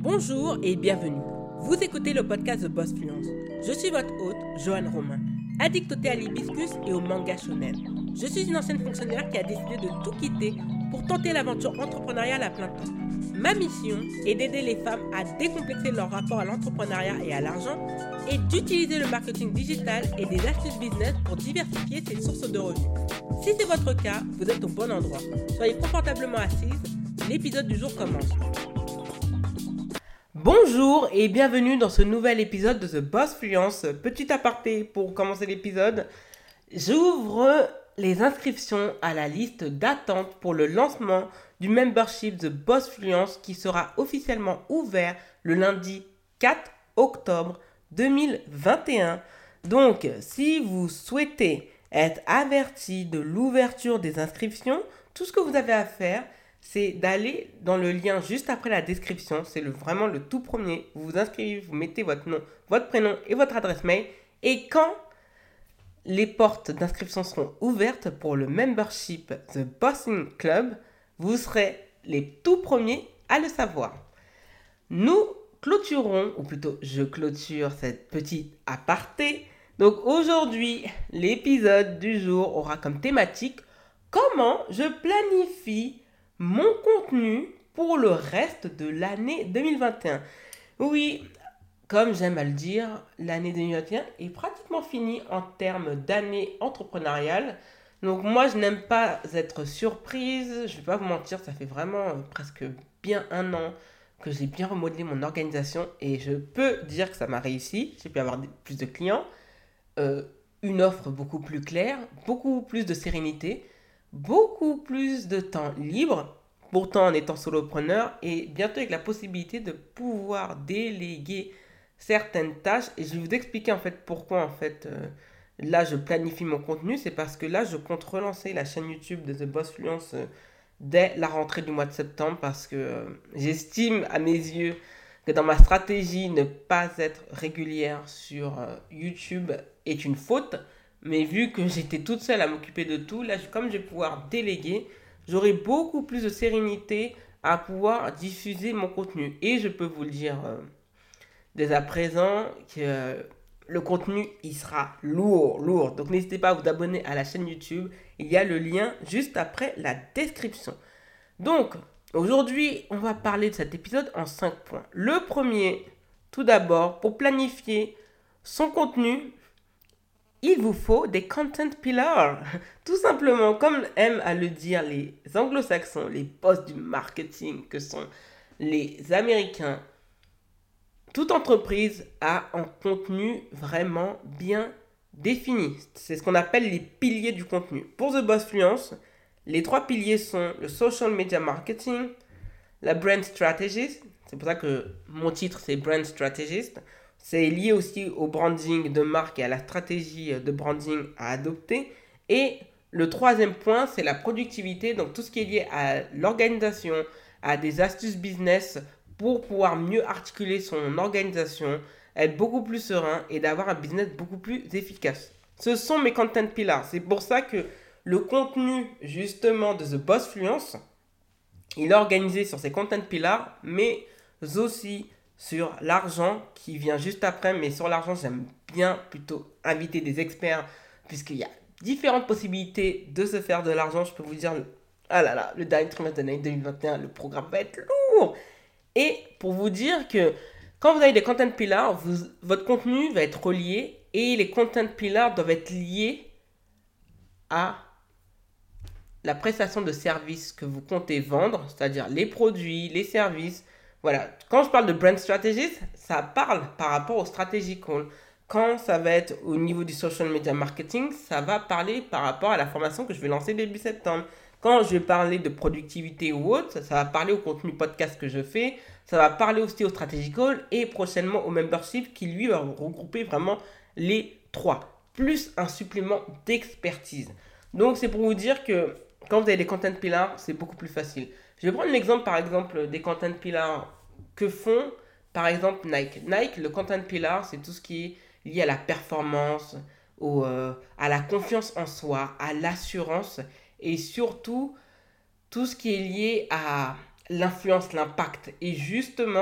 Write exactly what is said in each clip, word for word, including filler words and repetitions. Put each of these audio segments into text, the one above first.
Bonjour et bienvenue. Vous écoutez le podcast de Boss Fluence. Je suis votre hôte, Joanne Romain, addict au thé à l'hibiscus et au manga shonen. Je suis une ancienne fonctionnaire qui a décidé de tout quitter pour tenter l'aventure entrepreneuriale à plein temps. Ma mission est d'aider les femmes à décomplexer leur rapport à l'entrepreneuriat et à l'argent et d'utiliser le marketing digital et des astuces business pour diversifier ses sources de revenus. Si c'est votre cas, vous êtes au bon endroit. Soyez confortablement assise, l'épisode du jour commence. Bonjour et bienvenue dans ce nouvel épisode de The Boss Fluence. Petit aparté pour commencer l'épisode, j'ouvre les inscriptions à la liste d'attente pour le lancement du membership The Boss Fluence qui sera officiellement ouvert le lundi quatre octobre deux mille vingt et un. Donc, si vous souhaitez être averti de l'ouverture des inscriptions, tout ce que vous avez à faire, c'est d'aller dans le lien juste après la description. C'est le, vraiment le tout premier. Vous vous inscrivez, vous mettez votre nom, votre prénom et votre adresse mail. Et quand les portes d'inscription seront ouvertes pour le membership The Bossing Club, vous serez les tout premiers à le savoir. Nous clôturons, ou plutôt je clôture cette petite aparté. Donc aujourd'hui, l'épisode du jour aura comme thématique comment je planifie mon contenu pour le reste de l'année deux mille vingt et un. Oui, comme j'aime à le dire, l'année deux mille vingt et un est pratiquement finie en termes d'année entrepreneuriale. Donc moi, je n'aime pas être surprise. Je ne vais pas vous mentir, ça fait vraiment euh, presque bien un an que j'ai bien remodelé mon organisation. Et je peux dire que ça m'a réussi. J'ai pu avoir des- plus de clients, euh, une offre beaucoup plus claire, beaucoup plus de sérénité, beaucoup plus de temps libre, pourtant en étant solopreneur et bientôt avec la possibilité de pouvoir déléguer certaines tâches. Et je vais vous expliquer en fait pourquoi en fait euh, là je planifie mon contenu. C'est parce que là je compte relancer la chaîne YouTube de The Boss Fluence euh, dès la rentrée du mois de septembre parce que euh, j'estime à mes yeux que dans ma stratégie ne pas être régulière sur euh, YouTube est une faute. Mais vu que j'étais toute seule à m'occuper de tout, là, je- comme je vais pouvoir déléguer, j'aurai beaucoup plus de sérénité à pouvoir diffuser mon contenu. Et je peux vous le dire euh, dès à présent que euh, le contenu, il sera lourd, lourd. Donc n'hésitez pas à vous abonner à la chaîne YouTube. Il y a le lien juste après la description. Donc, aujourd'hui, on va parler de cet épisode en cinq points. Le premier, tout d'abord, pour planifier son contenu, il vous faut des content pillars. Tout simplement, comme aiment à le dire les anglo-saxons, les boss du marketing que sont les Américains, toute entreprise a un contenu vraiment bien défini. C'est ce qu'on appelle les piliers du contenu. Pour The Boss Fluence, les trois piliers sont le social media marketing, la brand strategist, c'est pour ça que mon titre c'est brand strategist. C'est lié aussi au branding de marque et à la stratégie de branding à adopter. Et le troisième point, c'est la productivité, donc tout ce qui est lié à l'organisation, à des astuces business pour pouvoir mieux articuler son organisation, être beaucoup plus serein et d'avoir un business beaucoup plus efficace. Ce sont mes content pillars. C'est pour ça que le contenu justement de The Boss Fluence, il est organisé sur ses content pillars, mais aussi sur l'argent qui vient juste après. Mais sur l'argent, j'aime bien plutôt inviter des experts puisqu'il y a différentes possibilités de se faire de l'argent. Je peux vous dire, ah là là, le dernier trimestre de l'année deux mille vingt et un, le programme va être lourd. Et pour vous dire que quand vous avez des content pillars, vous, votre contenu va être relié et les content pillars doivent être liés à la prestation de services que vous comptez vendre, c'est-à-dire les produits, les services. Voilà, quand je parle de brand strategist, ça parle par rapport aux stratégies call. Quand ça va être au niveau du social media marketing, ça va parler par rapport à la formation que je vais lancer début septembre. Quand je vais parler de productivité ou autre, ça, ça va parler au contenu podcast que je fais, ça va parler aussi au strategy call et prochainement au membership qui lui va regrouper vraiment les trois, plus un supplément d'expertise. Donc c'est pour vous dire que quand vous avez des content pillars, c'est beaucoup plus facile. Je vais prendre l'exemple par exemple des content pillars que font par exemple Nike. Nike, le content pillar, c'est tout ce qui est lié à la performance, au, euh, à la confiance en soi, à l'assurance et surtout tout ce qui est lié à l'influence, l'impact. Et justement,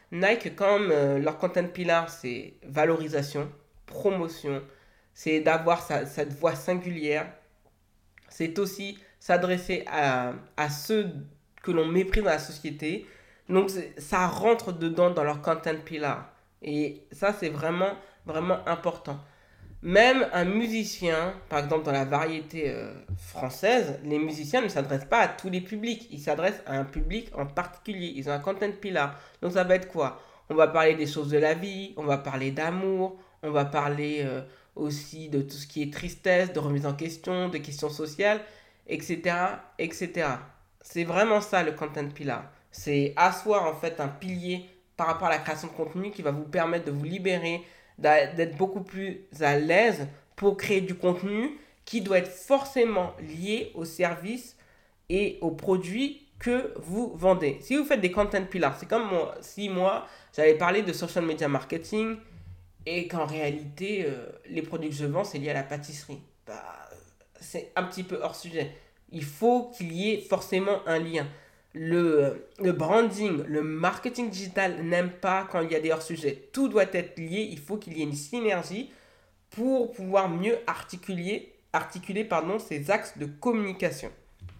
Nike, comme euh, leur content pillar, c'est valorisation, promotion, c'est d'avoir sa- cette voix singulière, c'est aussi s'adresser à, à ceux que l'on méprise dans la société. Donc c'est- ça rentre dedans dans leur content pillar. Et ça, c'est vraiment, vraiment important. Même un musicien, par exemple dans la variété euh, française, les musiciens ne s'adressent pas à tous les publics. Ils s'adressent à un public en particulier. Ils ont un content pillar. Donc ça va être quoi? On va parler des choses de la vie, on va parler d'amour, on va parler euh, aussi de tout ce qui est tristesse, de remise en question, de questions sociales, et cetera, et cetera. C'est vraiment ça le content pillar. C'est asseoir en fait un pilier par rapport à la création de contenu qui va vous permettre de vous libérer, d'être beaucoup plus à l'aise pour créer du contenu qui doit être forcément lié au service et aux produits que vous vendez. Si vous faites des content pillars, c'est comme moi, si moi j'avais parlé de social media marketing et qu'en réalité euh, les produits que je vends c'est lié à la pâtisserie. Bah, c'est un petit peu hors sujet. Il faut qu'il y ait forcément un lien. Le, le branding, le marketing digital n'aime pas quand il y a des hors-sujets. Tout doit être lié, il faut qu'il y ait une synergie pour pouvoir mieux articuler, articuler pardon, ces axes de communication.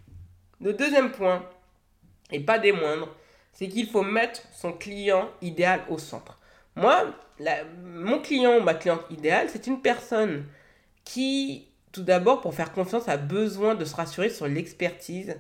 Le deuxième point, et pas des moindres, c'est qu'il faut mettre son client idéal au centre. Moi, la, mon client ou ma cliente idéale, c'est une personne qui, tout d'abord, pour faire confiance, a besoin de se rassurer sur l'expertise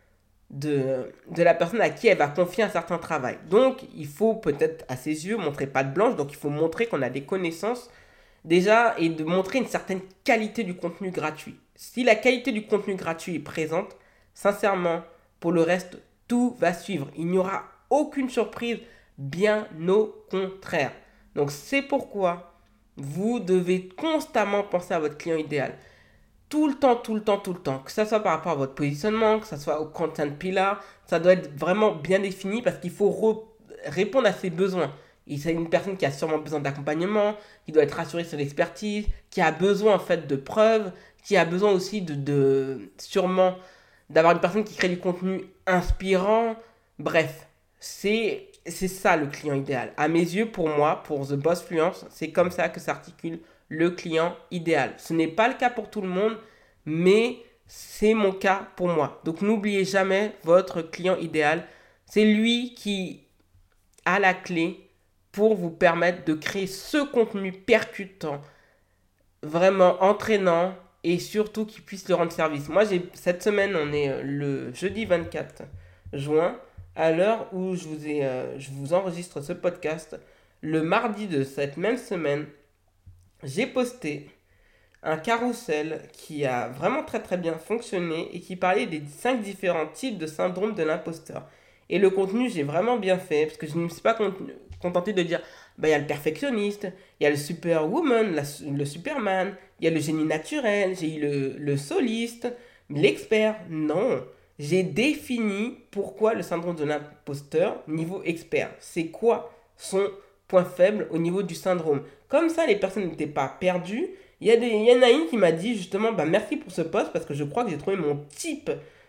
de, de la personne à qui elle va confier un certain travail. Donc, il faut peut-être, à ses yeux, montrer patte blanche. Donc, il faut montrer qu'on a des connaissances déjà et de montrer une certaine qualité du contenu gratuit. Si la qualité du contenu gratuit est présente, sincèrement, pour le reste, tout va suivre. Il n'y aura aucune surprise, bien au contraire. Donc, c'est pourquoi vous devez constamment penser à votre client idéal. Tout le temps, tout le temps, tout le temps. Que ce soit par rapport à votre positionnement, que ce soit au content pillar, ça doit être vraiment bien défini parce qu'il faut re- répondre à ses besoins. Et c'est une personne qui a sûrement besoin d'accompagnement, qui doit être rassurée sur l'expertise, qui a besoin en fait de preuves, qui a besoin aussi de, de sûrement d'avoir une personne qui crée du contenu inspirant. Bref, c'est, c'est ça le client idéal. À mes yeux, pour moi, pour The Boss Fluence, c'est comme ça que s'articule le client idéal. Ce n'est pas le cas pour tout le monde, mais c'est mon cas pour moi. Donc n'oubliez jamais votre client idéal. C'est lui qui a la clé pour vous permettre de créer ce contenu percutant, vraiment entraînant et surtout qui puisse le rendre service. Moi, j'ai, cette semaine, on est le jeudi vingt-quatre juin, à l'heure où je vous, ai, euh, je vous enregistre ce podcast. Le mardi de cette même semaine, j'ai posté un carrousel qui a vraiment très très bien fonctionné et qui parlait des cinq différents types de syndrome de l'imposteur. Et le contenu, j'ai vraiment bien fait parce que je ne me suis pas contenté de dire bah, il y a le perfectionniste, il y a le superwoman, la, le superman, il y a le génie naturel, j'ai eu le, le soliste, l'expert. Non, j'ai défini pourquoi le syndrome de l'imposteur niveau expert. C'est quoi son point faible au niveau du syndrome. Comme ça, les personnes n'étaient pas perdues. Il y, a des, il y en a une qui m'a dit justement bah, merci pour ce post parce que je crois que j'ai trouvé mon type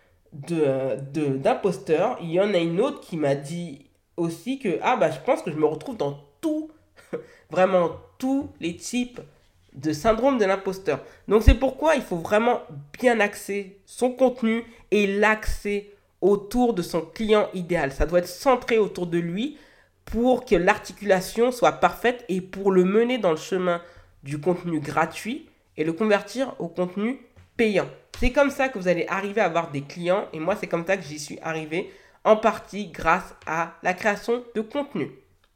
de, de, d'imposteur. Il y en a une autre qui m'a dit aussi que ah bah je pense que je me retrouve dans tout, vraiment tous les types de syndrome de l'imposteur. Donc c'est pourquoi il faut vraiment bien axer son contenu et l'axer autour de son client idéal. Ça doit être centré autour de lui pour que l'articulation soit parfaite et pour le mener dans le chemin du contenu gratuit et le convertir au contenu payant. C'est comme ça que vous allez arriver à avoir des clients et moi c'est comme ça que j'y suis arrivé en partie grâce à la création de contenu.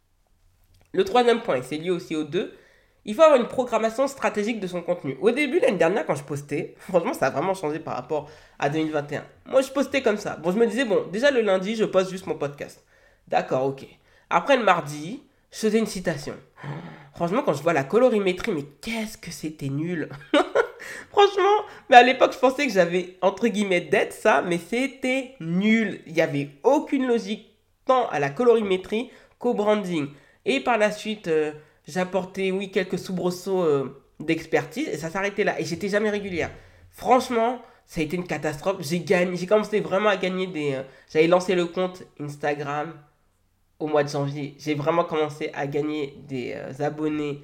Le troisième point, et c'est lié aussi aux deux, il faut avoir une programmation stratégique de son contenu. Au début, l'année dernière, quand je postais, franchement, ça a vraiment changé par rapport à deux mille vingt et un. Moi, je postais comme ça. Bon, je me disais, bon, déjà le lundi, je poste juste mon podcast. D'accord, ok. Après le mardi, je faisais une citation. Franchement, quand je vois la colorimétrie, mais qu'est-ce que c'était nul. Franchement, mais à l'époque, je pensais que j'avais, entre guillemets, d'être ça, mais c'était nul. Il n'y avait aucune logique, tant à la colorimétrie qu'au branding. Et par la suite, euh, j'apportais, oui, quelques soubresauts euh, d'expertise, et ça s'arrêtait là. Et j'étais jamais régulière. Franchement, ça a été une catastrophe. J'ai gagné, j'ai commencé vraiment à gagner des... Euh, j'avais lancé le compte Instagram au mois de janvier. J'ai vraiment commencé à gagner des euh, abonnés,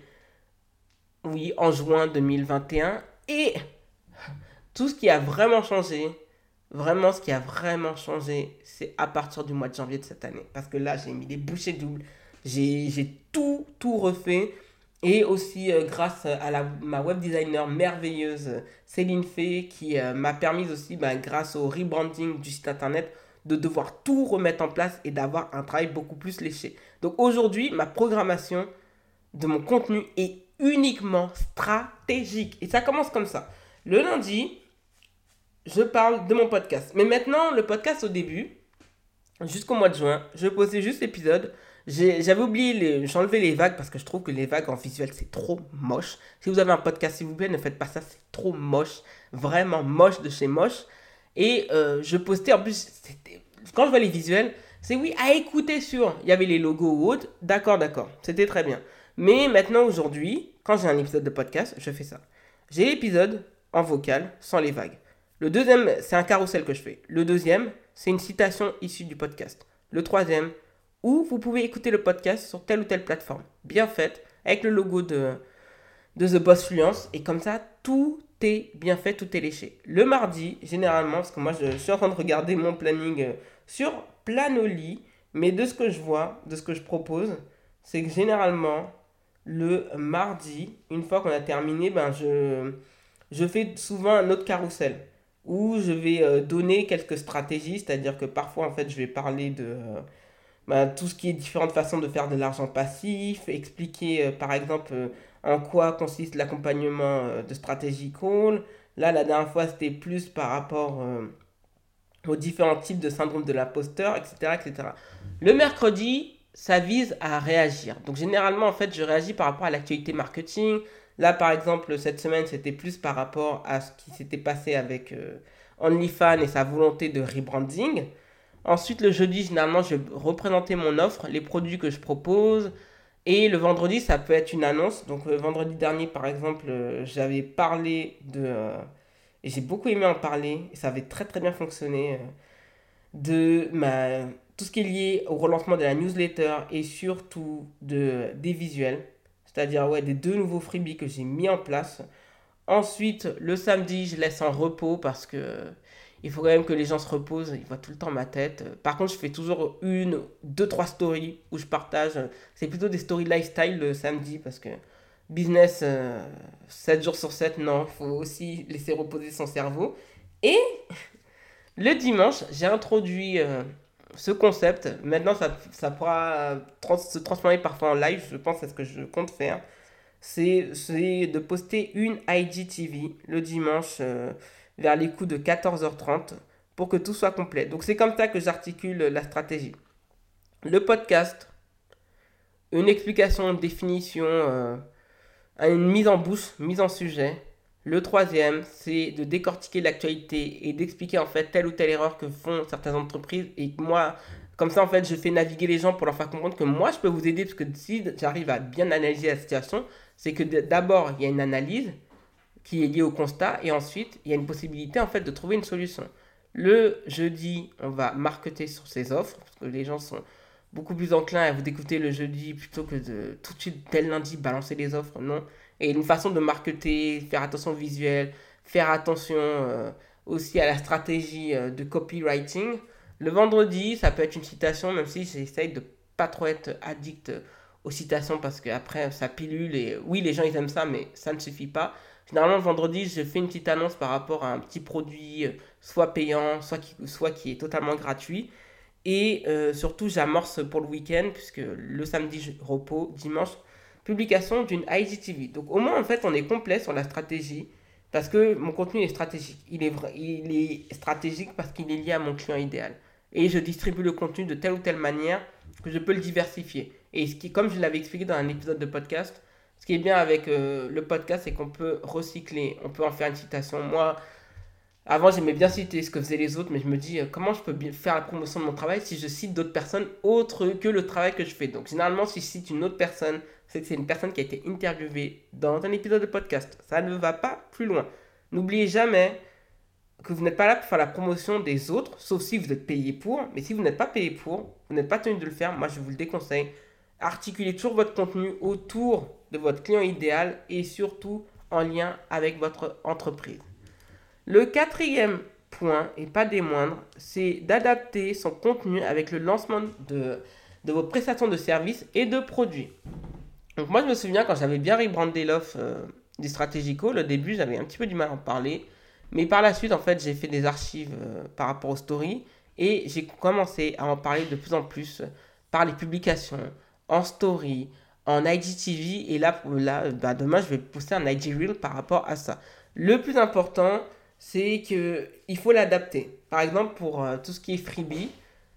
oui, en juin deux mille vingt et un. Et tout ce qui a vraiment changé, vraiment ce qui a vraiment changé, c'est à partir du mois de janvier de cette année. Parce que là, j'ai mis des bouchées doubles. J'ai, j'ai tout, tout refait. Et aussi euh, grâce à la, ma web designer merveilleuse euh, Céline Fay qui euh, m'a permis aussi, bah, grâce au rebranding du site internet, de devoir tout remettre en place et d'avoir un travail beaucoup plus léché. Donc aujourd'hui, ma programmation de mon contenu est uniquement stratégique. Et ça commence comme ça. Le lundi, je parle de mon podcast. Mais maintenant, le podcast au début, jusqu'au mois de juin, je postais juste l'épisode. J'ai- J'avais oublié, les, j'ai enlevé les vagues parce que je trouve que les vagues en visuel c'est trop moche. Si vous avez un podcast, s'il vous plaît, ne faites pas ça, c'est trop moche. Vraiment moche de chez moche. Et euh, je postais, en plus, c'était- quand je vois les visuels, c'est oui, à écouter sur. Il y avait les logos ou autres. D'accord, d'accord, c'était très bien. Mais maintenant, aujourd'hui, quand j'ai un épisode de podcast, je fais ça. J'ai l'épisode en vocal, sans les vagues. Le deuxième, c'est un carrousel que je fais. Le deuxième, c'est une citation issue du podcast. Le troisième, où vous pouvez écouter le podcast sur telle ou telle plateforme. Bien faite, avec le logo de, de The Boss Fluence. Et comme ça, tout est bien fait, tout est léché. Le mardi, généralement, parce que moi, je, je suis en train de regarder mon planning euh, sur Planoly. Mais de ce que je vois, de ce que je propose, c'est que généralement, le mardi, une fois qu'on a terminé, ben je, je fais souvent un autre carrousel où je vais euh, donner quelques stratégies, c'est-à-dire que parfois en fait je vais parler de euh, ben, tout ce qui est différentes façons de faire de l'argent passif, expliquer euh, par exemple euh, en quoi consiste l'accompagnement euh, de stratégie call. Là la dernière fois c'était plus par rapport euh, aux différents types de syndrome de l'imposteur, et cetera, et cetera. Le mercredi, ça vise à réagir. Donc généralement, en fait, je réagis par rapport à l'actualité marketing. Là, par exemple, cette semaine, c'était plus par rapport à ce qui s'était passé avec euh, OnlyFans et sa volonté de rebranding. Ensuite, le jeudi, généralement, je vais représenter mon offre, les produits que je propose. Et le vendredi, ça peut être une annonce. Donc, le vendredi dernier, par exemple, euh, j'avais parlé de... euh, et j'ai beaucoup aimé en parler. Et ça avait très très bien fonctionné. euh, de ma, tout ce qui est lié au relancement de la newsletter et surtout de, des visuels. C'est-à-dire ouais, des deux nouveaux freebies que j'ai mis en place. Ensuite, le samedi, je laisse en repos parce que il faut quand même que les gens se reposent. Ils voient tout le temps ma tête. Par contre, je fais toujours une, deux, trois stories où je partage. C'est plutôt des stories lifestyle le samedi parce que business euh, sept jours sur sept, non. Il faut aussi laisser reposer son cerveau. Et le dimanche, j'ai introduit euh, ce concept. Maintenant, ça, ça pourra trans- se transformer parfois en live. Je pense que c'est ce que je compte faire. C'est, c'est de poster une I G T V le dimanche euh, vers les coups de quatorze heures trente pour que tout soit complet. Donc, c'est comme ça que j'articule la stratégie. Le podcast, une explication, une définition, euh, une mise en bouche, mise en sujet. Le troisième, c'est de décortiquer l'actualité et d'expliquer en fait telle ou telle erreur que font certaines entreprises. Et moi, comme ça en fait, je fais naviguer les gens pour leur faire comprendre que moi, je peux vous aider parce que si j'arrive à bien analyser la situation, c'est que d'abord, il y a une analyse qui est liée au constat et ensuite, il y a une possibilité en fait de trouver une solution. Le jeudi, on va marketer sur ces offres parce que les gens sont beaucoup plus enclins à vous écouter le jeudi plutôt que de tout de suite dès le lundi balancer les offres. Non. Et une façon de marketer, faire attention au visuel, faire attention euh, aussi à la stratégie euh, de copywriting. Le vendredi, ça peut être une citation, même si j'essaye de pas trop être addict aux citations parce qu'après ça pilule et oui, les gens ils aiment ça, mais ça ne suffit pas. Généralement, le vendredi, je fais une petite annonce par rapport à un petit produit, euh, soit payant, soit qui, soit qui est totalement gratuit. Et euh, surtout, j'amorce pour le week-end, puisque le samedi, je repos, dimanche, publication d'une I G T V. Donc au moins, en fait, on est complet sur la stratégie, parce que mon contenu est stratégique. Il est, vra- il est stratégique parce qu'il est lié à mon client idéal. Et je distribue le contenu de telle ou telle manière que je peux le diversifier. Et ce qui, comme je l'avais expliqué dans un épisode de podcast, ce qui est bien avec euh, le podcast, c'est qu'on peut recycler, on peut en faire une citation. Moi, avant, j'aimais bien citer ce que faisaient les autres, mais je me dis euh, comment je peux bien faire la promotion de mon travail si je cite d'autres personnes autres que le travail que je fais. Donc, généralement, si je cite une autre personne, c'est que c'est une personne qui a été interviewée dans un épisode de podcast. Ça ne va pas plus loin. N'oubliez jamais que vous n'êtes pas là pour faire la promotion des autres, sauf si vous êtes payé pour. Mais si vous n'êtes pas payé pour, vous n'êtes pas tenu de le faire, moi je vous le déconseille. Articulez toujours votre contenu autour de votre client idéal et surtout en lien avec votre entreprise. Le quatrième point, et pas des moindres, c'est d'adapter son contenu avec le lancement de, de vos prestations de services et de produits. Donc moi je me souviens quand j'avais bien rebrandé l'offre euh, du Stratégico, au début j'avais un petit peu du mal à en parler, mais par la suite en fait j'ai fait des archives euh, par rapport aux stories et j'ai commencé à en parler de plus en plus euh, par les publications, en story, en I G T V et là, là bah, demain je vais poster un I G Reel par rapport à ça. Le plus important c'est qu'il faut l'adapter. Par exemple pour euh, tout ce qui est freebie,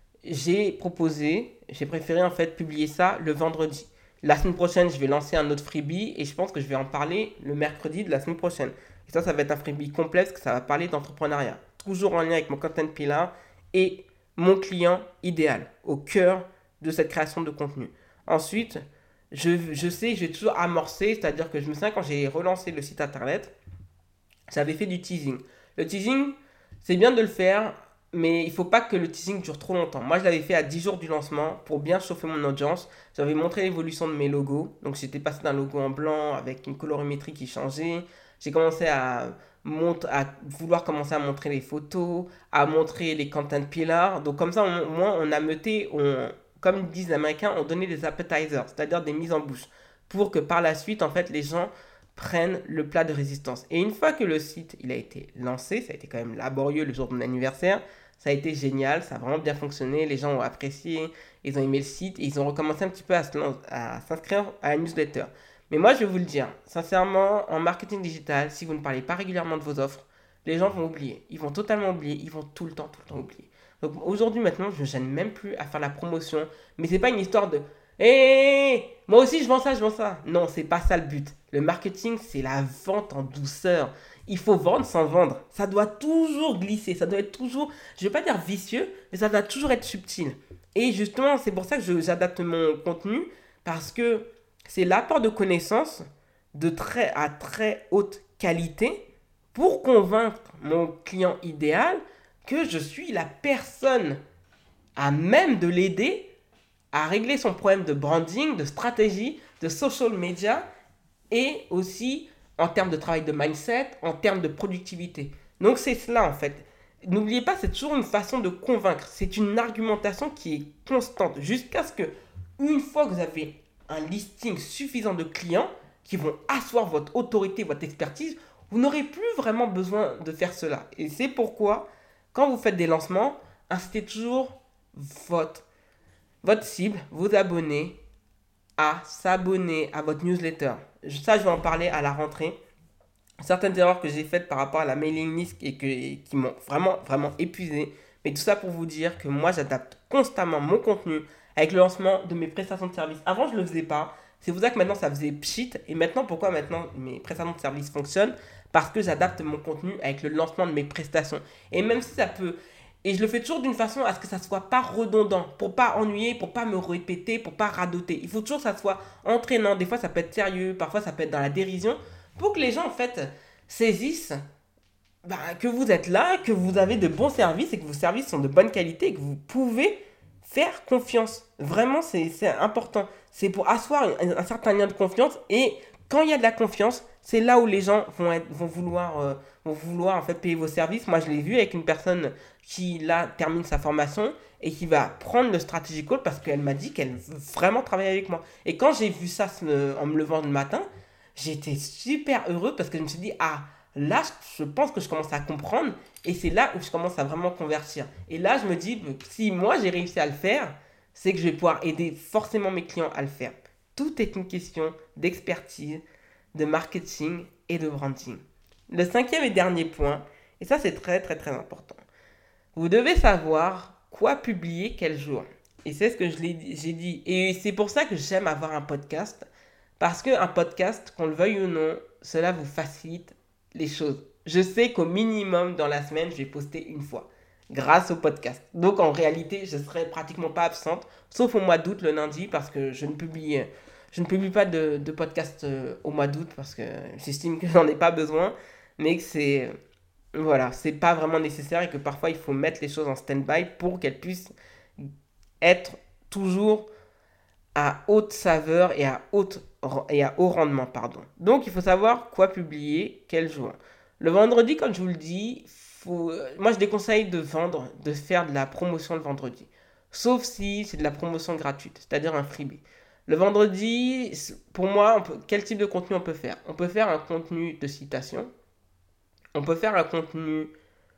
j'ai proposé, j'ai préféré en fait publier ça le vendredi. La semaine prochaine, je vais lancer un autre freebie et je pense que je vais en parler le mercredi de la semaine prochaine. Et ça, ça va être un freebie complet parce que ça va parler d'entrepreneuriat. Toujours en lien avec mon content pillar et mon client idéal au cœur de cette création de contenu. Ensuite, je, je sais, je vais toujours amorcer, c'est-à-dire que je me souviens quand j'ai relancé le site internet, j'avais fait du teasing. Le teasing, c'est bien de le faire, mais il ne faut pas que le teasing dure trop longtemps. Moi, je l'avais fait à dix jours du lancement pour bien chauffer mon audience. J'avais montré l'évolution de mes logos. Donc, j'étais passé d'un logo en blanc avec une colorimétrie qui changeait. J'ai commencé à, mont- à vouloir commencer à montrer les photos, à montrer les content pillars. Donc, comme ça, au moins, on a meuté, on, comme disent les Américains, on donnait des appetizers, c'est-à-dire des mises en bouche, pour que par la suite, en fait, les gens prennent le plat de résistance. Et une fois que le site il a été lancé, ça a été quand même laborieux le jour de mon anniversaire, ça a été génial, ça a vraiment bien fonctionné, les gens ont apprécié, ils ont aimé le site et ils ont recommencé un petit peu à, se lan- à s'inscrire à la newsletter. Mais moi je vais vous le dire, sincèrement, en marketing digital, si vous ne parlez pas régulièrement de vos offres, les gens vont oublier, ils vont totalement oublier, ils vont tout le temps, tout le temps oublier. Donc aujourd'hui maintenant, je ne gêne même plus à faire la promotion, mais c'est pas une histoire de hé, moi aussi je vends ça, je vends ça. Non, c'est pas ça le but. Le marketing, c'est la vente en douceur. Il faut vendre sans vendre. Ça doit toujours glisser, ça doit être toujours, je vais pas dire vicieux, mais ça doit toujours être subtil. Et justement, c'est pour ça que je- j'adapte mon contenu, parce que c'est l'apport de connaissances de très à très haute qualité pour convaincre mon client idéal que je suis la personne à même de l'aider à régler son problème de branding, de stratégie, de social media et aussi en termes de travail de mindset, en termes de productivité. Donc c'est cela en fait. N'oubliez pas, c'est toujours une façon de convaincre. C'est une argumentation qui est constante jusqu'à ce que, une fois que vous avez un listing suffisant de clients qui vont asseoir votre autorité, votre expertise, vous n'aurez plus vraiment besoin de faire cela. Et c'est pourquoi, quand vous faites des lancements, incitez toujours votre votre cible, vos abonnés, à s'abonner à votre newsletter. Ça, je vais en parler à la rentrée. Certaines erreurs que j'ai faites par rapport à la mailing list et, que, et qui m'ont vraiment, vraiment épuisé. Mais tout ça pour vous dire que moi, j'adapte constamment mon contenu avec le lancement de mes prestations de services. Avant, je ne le faisais pas. C'est pour ça que maintenant, ça faisait pchit. Et maintenant, pourquoi maintenant mes prestations de services fonctionnent? Parce que j'adapte mon contenu avec le lancement de mes prestations. Et même si ça peut... Et je le fais toujours d'une façon à ce que ça ne soit pas redondant, pour pas ennuyer, pour pas me répéter, pour pas radoter. Il faut toujours que ça soit entraînant. Des fois, ça peut être sérieux, parfois, ça peut être dans la dérision, pour que les gens, en fait, saisissent bah, que vous êtes là, que vous avez de bons services et que vos services sont de bonne qualité et que vous pouvez faire confiance. Vraiment, c'est, c'est important. C'est pour asseoir un, un certain lien de confiance et quand il y a de la confiance, c'est là où les gens vont, être, vont, vouloir, euh, vont vouloir en fait payer vos services. Moi, je l'ai vu avec une personne qui là termine sa formation et qui va prendre le strategy call parce qu'elle m'a dit qu'elle veut vraiment travailler avec moi. Et quand j'ai vu ça en me levant le matin, j'étais super heureux parce que je me suis dit, ah, là, je pense que je commence à comprendre et c'est là où je commence à vraiment convertir. Et là, je me dis, si moi j'ai réussi à le faire, c'est que je vais pouvoir aider forcément mes clients à le faire. Tout est une question d'expertise, de marketing et de branding. Le cinquième et dernier point, et ça c'est très très très important, vous devez savoir quoi publier quel jour. Et c'est ce que je l'ai, j'ai dit. Et c'est pour ça que j'aime avoir un podcast. Parce qu'un podcast, qu'on le veuille ou non, cela vous facilite les choses. Je sais qu'au minimum dans la semaine, je vais poster une fois. Grâce au podcast. Donc en réalité, je ne serai pratiquement pas absente. Sauf au mois d'août, le lundi, parce que je ne publie, je ne publie pas de, de podcast euh, au mois d'août. Parce que j'estime que j'en ai pas besoin. Mais que c'est... voilà, c'est pas vraiment nécessaire et que parfois il faut mettre les choses en stand-by pour qu'elles puissent être toujours à haute saveur et à, haute, et à haut rendement. Pardon. Donc il faut savoir quoi publier, quel jour. Le vendredi, comme je vous le dis, faut... moi je déconseille de vendre, de faire de la promotion le vendredi. Sauf si c'est de la promotion gratuite, c'est-à-dire un freebie. Le vendredi, pour moi, on peut... quel type de contenu on peut faire? On peut faire un contenu de citation. On peut faire un contenu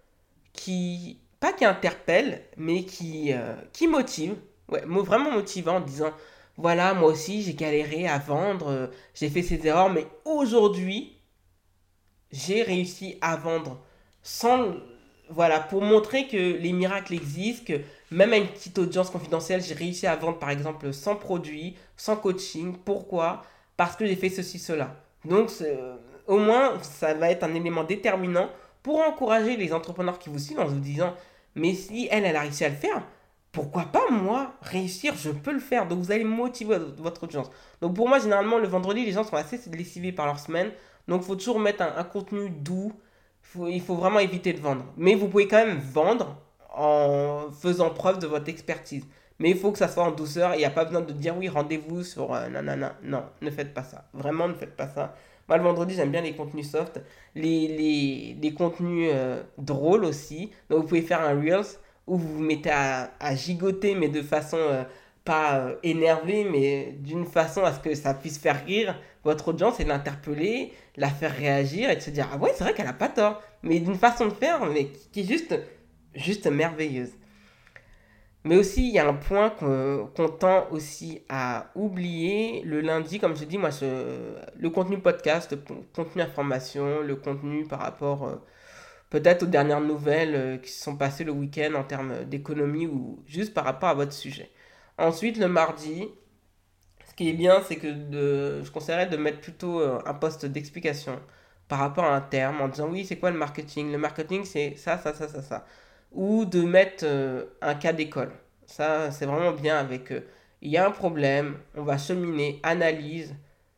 qui, pas qui interpelle, mais qui, euh, qui motive. Ouais, vraiment motivant en disant, voilà, moi aussi j'ai galéré à vendre, euh, j'ai fait ces erreurs, mais aujourd'hui, j'ai réussi à vendre sans, voilà, pour montrer que les miracles existent, que même à une petite audience confidentielle, j'ai réussi à vendre par exemple sans produit, sans coaching. Pourquoi? Parce que j'ai fait ceci, cela. Donc, euh, au moins, ça va être un élément déterminant pour encourager les entrepreneurs qui vous suivent en vous disant, mais si elle, elle a réussi à le faire, pourquoi pas moi réussir, je peux le faire. Donc vous allez motiver votre audience. Donc pour moi, généralement, le vendredi, les gens sont assez lessivés par leur semaine. Donc il faut toujours mettre un, un contenu doux. Faut, il faut vraiment éviter de vendre. Mais vous pouvez quand même vendre en faisant preuve de votre expertise. Mais il faut que ça soit en douceur et il n'y a pas besoin de dire oui, rendez-vous sur euh, nanana. Non, ne faites pas ça. Vraiment, ne faites pas ça. Moi, le vendredi, j'aime bien les contenus soft, les, les, les contenus euh, drôles aussi. Donc, vous pouvez faire un Reels où vous vous mettez à, à gigoter, mais de façon euh, pas euh, énervée, mais d'une façon à ce que ça puisse faire rire votre audience et l'interpeller, la faire réagir et de se dire ah ouais, c'est vrai qu'elle a pas tort, mais d'une façon de faire mais qui, qui est juste, juste merveilleuse. Mais aussi, il y a un point qu'on qu'on tend aussi à oublier le lundi, comme je dis, moi, je, le contenu podcast, le contenu information, le contenu par rapport euh, peut-être aux dernières nouvelles euh, qui se sont passées le week-end en termes d'économie ou juste par rapport à votre sujet. Ensuite, le mardi, ce qui est bien, c'est que de, je conseillerais de mettre plutôt euh, un post d'explication par rapport à un terme en disant oui, c'est quoi le marketing? Le marketing, c'est ça, ça, ça, ça, ça. Ou de mettre euh, un cas d'école. Ça, c'est vraiment bien avec euh, il y a un problème, on va cheminer, analyse,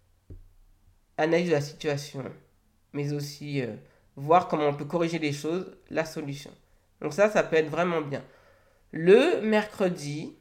analyse de la situation, mais aussi euh, voir comment on peut corriger les choses, la solution. Donc ça, ça peut être vraiment bien. Le mercredi,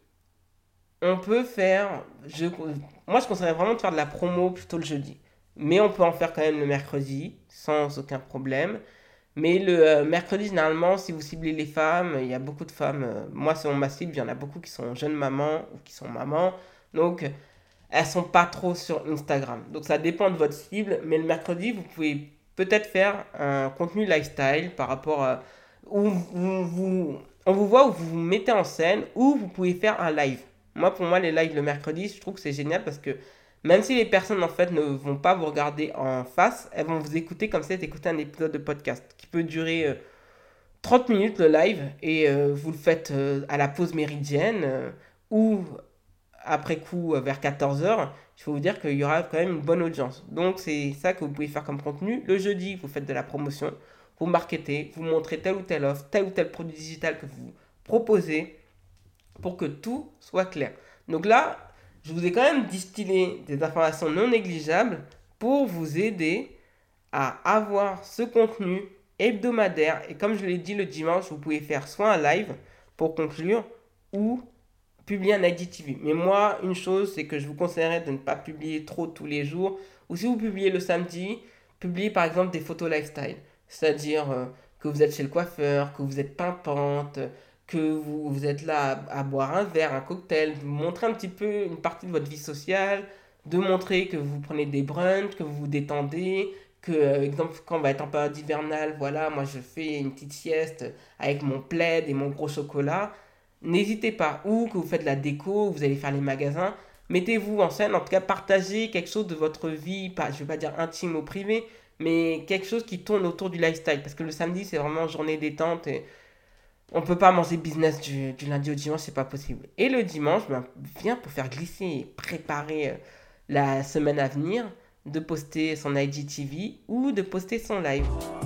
on peut faire, je, moi je conseillerais vraiment de faire de la promo plutôt le jeudi. Mais on peut en faire quand même le mercredi, sans aucun problème. Mais le euh, mercredi, généralement, si vous ciblez les femmes, il y a beaucoup de femmes, euh, moi selon ma cible, il y en a beaucoup qui sont jeunes mamans ou qui sont mamans. Donc, elles sont pas trop sur Instagram. Donc ça dépend de votre cible, mais le mercredi, vous pouvez peut-être faire un contenu lifestyle par rapport à où vous, vous- on vous voit, où vous vous mettez en scène, ou vous pouvez faire un live. Moi, pour moi, les lives le mercredi, je trouve que c'est génial parce que même si les personnes en fait ne vont pas vous regarder en face, elles vont vous écouter comme si elles écoutaient un épisode de podcast qui peut durer euh, trente minutes le live et euh, vous le faites euh, à la pause méridienne euh, ou après coup euh, vers quatorze heures, il faut vous dire qu'il y aura quand même une bonne audience. Donc c'est ça que vous pouvez faire comme contenu. Le jeudi, vous faites de la promotion, vous marketez, vous montrez telle ou telle offre, tel ou tel produit digital que vous proposez pour que tout soit clair. Donc là, je vous ai quand même distillé des informations non négligeables pour vous aider à avoir ce contenu hebdomadaire. Et comme je l'ai dit le dimanche, vous pouvez faire soit un live pour conclure ou publier un I G T V. Mais moi, une chose, c'est que je vous conseillerais de ne pas publier trop tous les jours. Ou si vous publiez le samedi, publiez par exemple des photos lifestyle. C'est-à-dire euh, que vous êtes chez le coiffeur, que vous êtes pimpante, que vous, vous êtes là à, à boire un verre, un cocktail. Vous montrez un petit peu une partie de votre vie sociale, de montrer que vous prenez des brunchs, que vous vous détendez, que, euh, exemple, quand on va être en période hivernale, voilà, moi je fais une petite sieste avec mon plaid et mon gros chocolat. N'hésitez pas, ou que vous faites de la déco, vous allez faire les magasins, mettez-vous en scène, en tout cas partagez quelque chose de votre vie, pas, je ne vais pas dire intime ou privé, mais quelque chose qui tourne autour du lifestyle. Parce que le samedi, c'est vraiment journée détente et on ne peut pas manger business du, du lundi au dimanche, c'est pas possible. Et le dimanche, ben, vient pour faire glisser et préparer euh, la semaine à venir, de poster son I G T V ou de poster son live.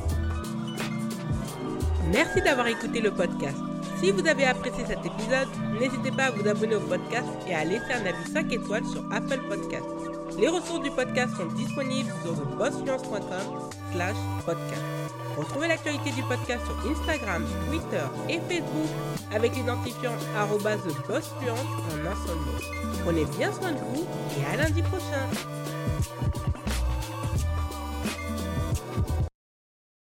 Merci d'avoir écouté le podcast. Si vous avez apprécié cet épisode, n'hésitez pas à vous abonner au podcast et à laisser un avis cinq étoiles sur Apple Podcast. Les ressources du podcast sont disponibles sur thebossfluence point com slash podcast. Retrouvez l'actualité du podcast sur Instagram, Twitter et Facebook avec l'identifiant arobase bossfluence en un seul mot. Prenez bien soin de vous et à lundi prochain.